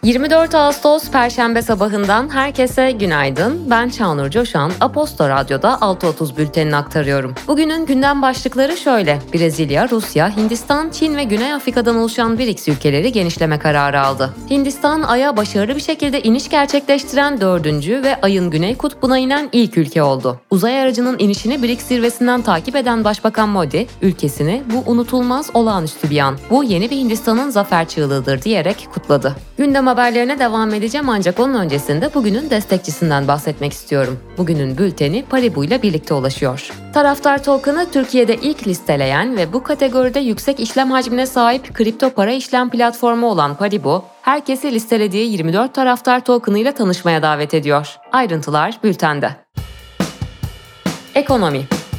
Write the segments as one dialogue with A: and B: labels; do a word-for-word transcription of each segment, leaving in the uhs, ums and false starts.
A: yirmi dört Ağustos Perşembe sabahından herkese günaydın. Ben Çağnur Coşan, Aposto Radyo'da altı otuz bültenini aktarıyorum. Bugünün gündem başlıkları şöyle: Brezilya, Rusya, Hindistan, Çin ve Güney Afrika'dan oluşan B R I C S ülkeleri genişleme kararı aldı. Hindistan, Ay'a başarılı bir şekilde iniş gerçekleştiren dördüncü ve Ay'ın Güney Kutbu'na inen ilk ülke oldu. Uzay aracının inişini B R I C S zirvesinden takip eden Başbakan Modi, ülkesini "Bu unutulmaz olağanüstü bir an, bu yeni bir Hindistan'ın zafer çığlığıdır" diyerek kutladı. Gündem haberlerine devam edeceğim ancak onun öncesinde bugünün destekçisinden bahsetmek istiyorum. Bugünün bülteni Paribu ile birlikte ulaşıyor. Taraftar token'ı Türkiye'de ilk listeleyen ve bu kategoride yüksek işlem hacmine sahip kripto para işlem platformu olan Paribu, herkesi listelediği yirmi dört taraftar token'ı ile tanışmaya davet ediyor. Ayrıntılar bültende. Ekonomi.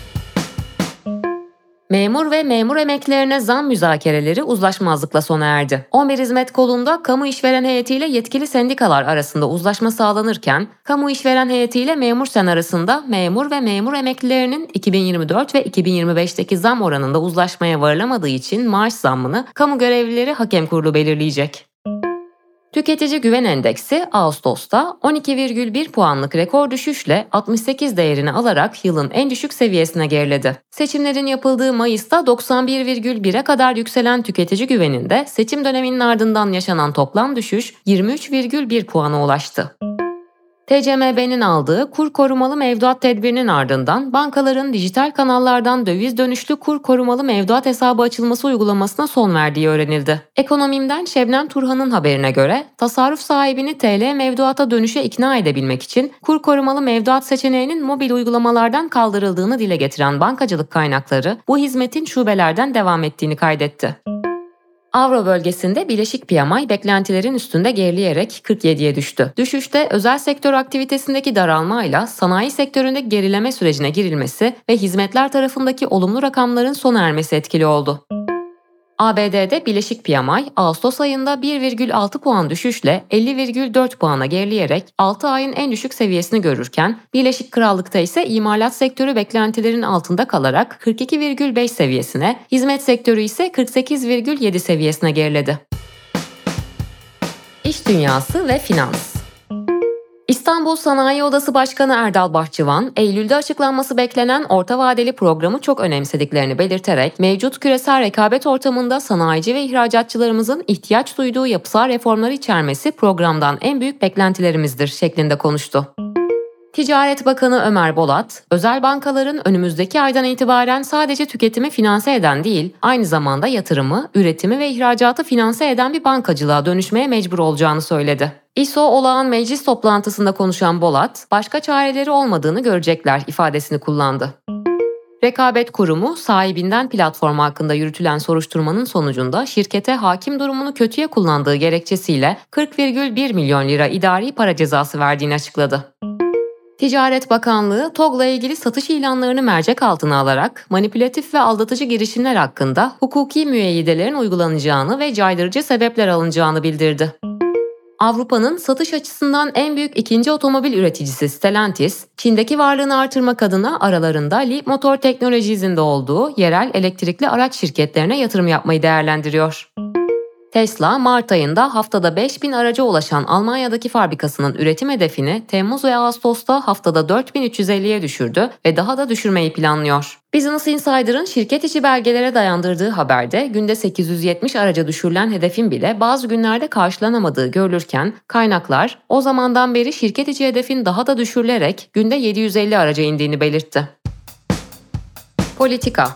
A: Memur ve memur emeklilerine zam müzakereleri uzlaşmazlıkla sona erdi. on bir hizmet kolunda kamu işveren heyetiyle yetkili sendikalar arasında uzlaşma sağlanırken, kamu işveren heyetiyle memur sen arasında memur ve memur emeklilerinin iki bin yirmi dört ve iki bin yirmi beşteki zam oranında uzlaşmaya varılamadığı için maaş zammını kamu görevlileri hakem kurulu belirleyecek. Tüketici Güven Endeksi Ağustos'ta on iki virgül bir puanlık rekor düşüşle altmış sekiz değerini alarak yılın en düşük seviyesine geriledi. Seçimlerin yapıldığı Mayıs'ta doksan bir virgül bire kadar yükselen tüketici güveninde seçim döneminin ardından yaşanan toplam düşüş yirmi üç virgül bir puana ulaştı. T C M B'nin aldığı kur korumalı mevduat tedbirinin ardından bankaların dijital kanallardan döviz dönüşlü kur korumalı mevduat hesabı açılması uygulamasına son verdiği öğrenildi. Ekonomimden Şebnem Turhan'ın haberine göre tasarruf sahibini T L mevduata dönüşe ikna edebilmek için kur korumalı mevduat seçeneğinin mobil uygulamalardan kaldırıldığını dile getiren bankacılık kaynakları bu hizmetin şubelerden devam ettiğini kaydetti. Avro bölgesinde bileşik P M I beklentilerin üstünde gerileyerek kırk yediye düştü. Düşüşte özel sektör aktivitesindeki daralmayla sanayi sektöründe gerileme sürecine girilmesi ve hizmetler tarafındaki olumlu rakamların sona ermesi etkili oldu. A B D'de bileşik P M I Ağustos ayında bir virgül altı puan düşüşle elli virgül dört puana gerileyerek altı ayın en düşük seviyesini görürken Birleşik Krallık'ta ise imalat sektörü beklentilerin altında kalarak kırk iki virgül beş seviyesine, hizmet sektörü ise kırk sekiz virgül yedi seviyesine geriledi. İş dünyası ve finans. İstanbul Sanayi Odası Başkanı Erdal Bahçıvan, Eylül'de açıklanması beklenen orta vadeli programı çok önemsediklerini belirterek, mevcut küresel rekabet ortamında sanayici ve ihracatçılarımızın ihtiyaç duyduğu yapısal reformları içermesi programdan en büyük beklentilerimizdir şeklinde konuştu. Ticaret Bakanı Ömer Bolat, özel bankaların önümüzdeki aydan itibaren sadece tüketimi finanse eden değil, aynı zamanda yatırımı, üretimi ve ihracatı finanse eden bir bankacılığa dönüşmeye mecbur olacağını söyledi. İ S O Olağan Meclis toplantısında konuşan Bolat, başka çareleri olmadığını görecekler ifadesini kullandı. Rekabet Kurumu, sahibinden platform hakkında yürütülen soruşturmanın sonucunda şirkete hakim durumunu kötüye kullandığı gerekçesiyle kırk virgül bir milyon lira idari para cezası verdiğini açıkladı. Ticaret Bakanlığı, T O G'la ilgili satış ilanlarını mercek altına alarak manipülatif ve aldatıcı girişimler hakkında hukuki müeyyidelerin uygulanacağını ve caydırıcı sebepler alınacağını bildirdi. Avrupa'nın satış açısından en büyük ikinci otomobil üreticisi Stellantis, Çin'deki varlığını artırmak adına aralarında Leapmotor Technologies'in de olduğu yerel elektrikli araç şirketlerine yatırım yapmayı değerlendiriyor. Tesla, Mart ayında haftada beş bin araca ulaşan Almanya'daki fabrikasının üretim hedefini Temmuz ve Ağustos'ta haftada dört bin üç yüz elliye düşürdü ve daha da düşürmeyi planlıyor. Business Insider'ın şirket içi belgelere dayandırdığı haberde günde sekiz yüz yetmiş araca düşürülen hedefin bile bazı günlerde karşılanamadığı görülürken kaynaklar o zamandan beri şirket içi hedefin daha da düşürülerek günde yedi yüz elli araca indiğini belirtti. Politika.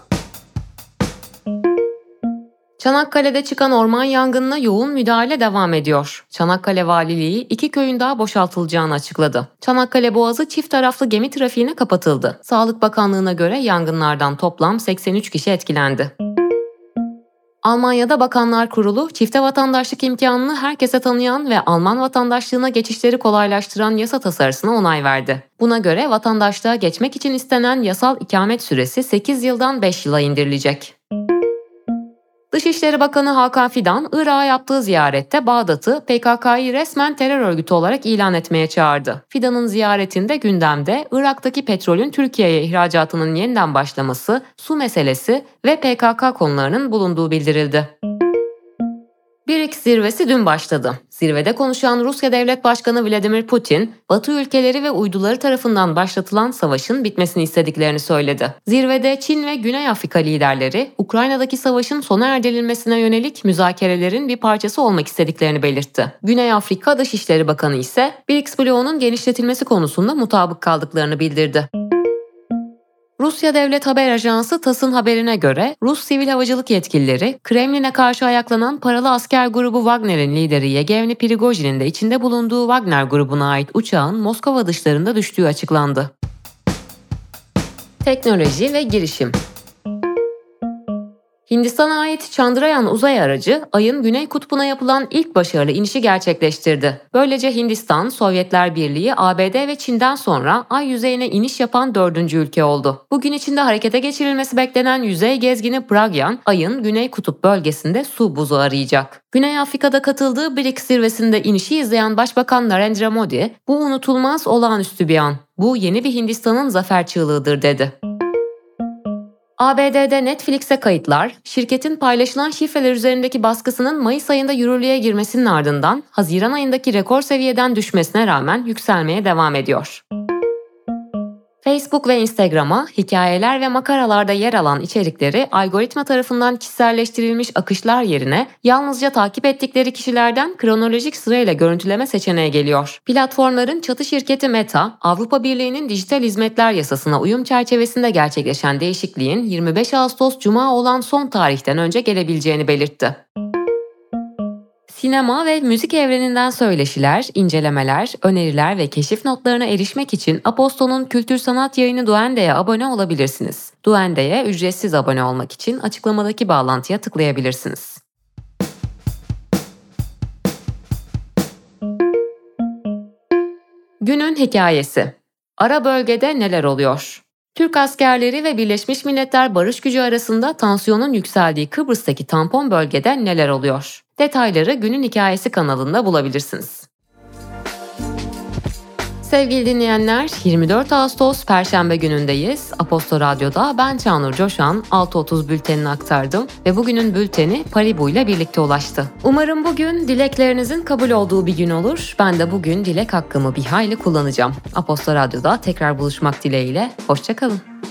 A: Çanakkale'de çıkan orman yangınına yoğun müdahale devam ediyor. Çanakkale Valiliği iki köyün daha boşaltılacağını açıkladı. Çanakkale Boğazı çift taraflı gemi trafiğine kapatıldı. Sağlık Bakanlığı'na göre yangınlardan toplam seksen üç kişi etkilendi. Almanya'da Bakanlar Kurulu, çifte vatandaşlık imkanını herkese tanıyan ve Alman vatandaşlığına geçişleri kolaylaştıran yasa tasarısına onay verdi. Buna göre vatandaşlığa geçmek için istenen yasal ikamet süresi sekiz yıldan beş yıla indirilecek. Dışişleri Bakanı Hakan Fidan, Irak'a yaptığı ziyarette Bağdat'ı P K K'yı resmen terör örgütü olarak ilan etmeye çağırdı. Fidan'ın ziyaretinde gündemde Irak'taki petrolün Türkiye'ye ihracatının yeniden başlaması, su meselesi ve P K K konularının bulunduğu bildirildi. B R I C S zirvesi dün başladı. Zirvede konuşan Rusya Devlet Başkanı Vladimir Putin, Batı ülkeleri ve uyduları tarafından başlatılan savaşın bitmesini istediklerini söyledi. Zirvede Çin ve Güney Afrika liderleri, Ukrayna'daki savaşın sona erdirilmesine yönelik müzakerelerin bir parçası olmak istediklerini belirtti. Güney Afrika Dışişleri Bakanı ise B R I C S bloğunun genişletilmesi konusunda mutabık kaldıklarını bildirdi. Rusya Devlet Haber Ajansı TASS'ın haberine göre Rus sivil havacılık yetkilileri, Kremlin'e karşı ayaklanan paralı asker grubu Wagner'in lideri Yevgeni Prigojin'in de içinde bulunduğu Wagner grubuna ait uçağın Moskova dışlarında düştüğü açıklandı. Teknoloji ve girişim. Hindistan'a ait Chandrayaan uzay aracı, Ay'ın Güney Kutbu'na yapılan ilk başarılı inişi gerçekleştirdi. Böylece Hindistan, Sovyetler Birliği, A B D ve Çin'den sonra Ay yüzeyine iniş yapan dördüncü ülke oldu. Bugün içinde harekete geçirilmesi beklenen yüzey gezgini Pragyan, Ay'ın Güney Kutup bölgesinde su buzu arayacak. Güney Afrika'da katıldığı B R I C S zirvesinde inişi izleyen Başbakan Narendra Modi, "Bu unutulmaz olağanüstü bir an. Bu yeni bir Hindistan'ın zafer çığlığıdır," dedi. A B D'de Netflix'e kayıtlar, şirketin paylaşılan şifreler üzerindeki baskısının Mayıs ayında yürürlüğe girmesinin ardından Haziran ayındaki rekor seviyeden düşmesine rağmen yükselmeye devam ediyor. Facebook ve Instagram'a hikayeler ve makaralarda yer alan içerikleri algoritma tarafından kişiselleştirilmiş akışlar yerine yalnızca takip ettikleri kişilerden kronolojik sırayla görüntüleme seçeneği geliyor. Platformların çatı şirketi Meta, Avrupa Birliği'nin dijital hizmetler yasasına uyum çerçevesinde gerçekleşen değişikliğin yirmi beş Ağustos Cuma olan son tarihten önce gelebileceğini belirtti. Sinema ve müzik evreninden söyleşiler, incelemeler, öneriler ve keşif notlarına erişmek için Aposto'nun kültür sanat yayını Duende'ye abone olabilirsiniz. Duende'ye ücretsiz abone olmak için açıklamadaki bağlantıya tıklayabilirsiniz. Günün hikayesi. Ara bölgede neler oluyor? Türk askerleri ve Birleşmiş Milletler Barış Gücü arasında tansiyonun yükseldiği Kıbrıs'taki tampon bölgede neler oluyor? Detayları Günün Hikayesi kanalında bulabilirsiniz. Sevgili dinleyenler, yirmi dört Ağustos Perşembe günündeyiz. Aposto Radyo'da ben Çağnur Coşan, altı otuz bültenini aktardım ve bugünün bülteni Paribu ile birlikte ulaştı. Umarım bugün dileklerinizin kabul olduğu bir gün olur. Ben de bugün dilek hakkımı bir hayli kullanacağım. Aposto Radyo'da tekrar buluşmak dileğiyle, hoşça kalın.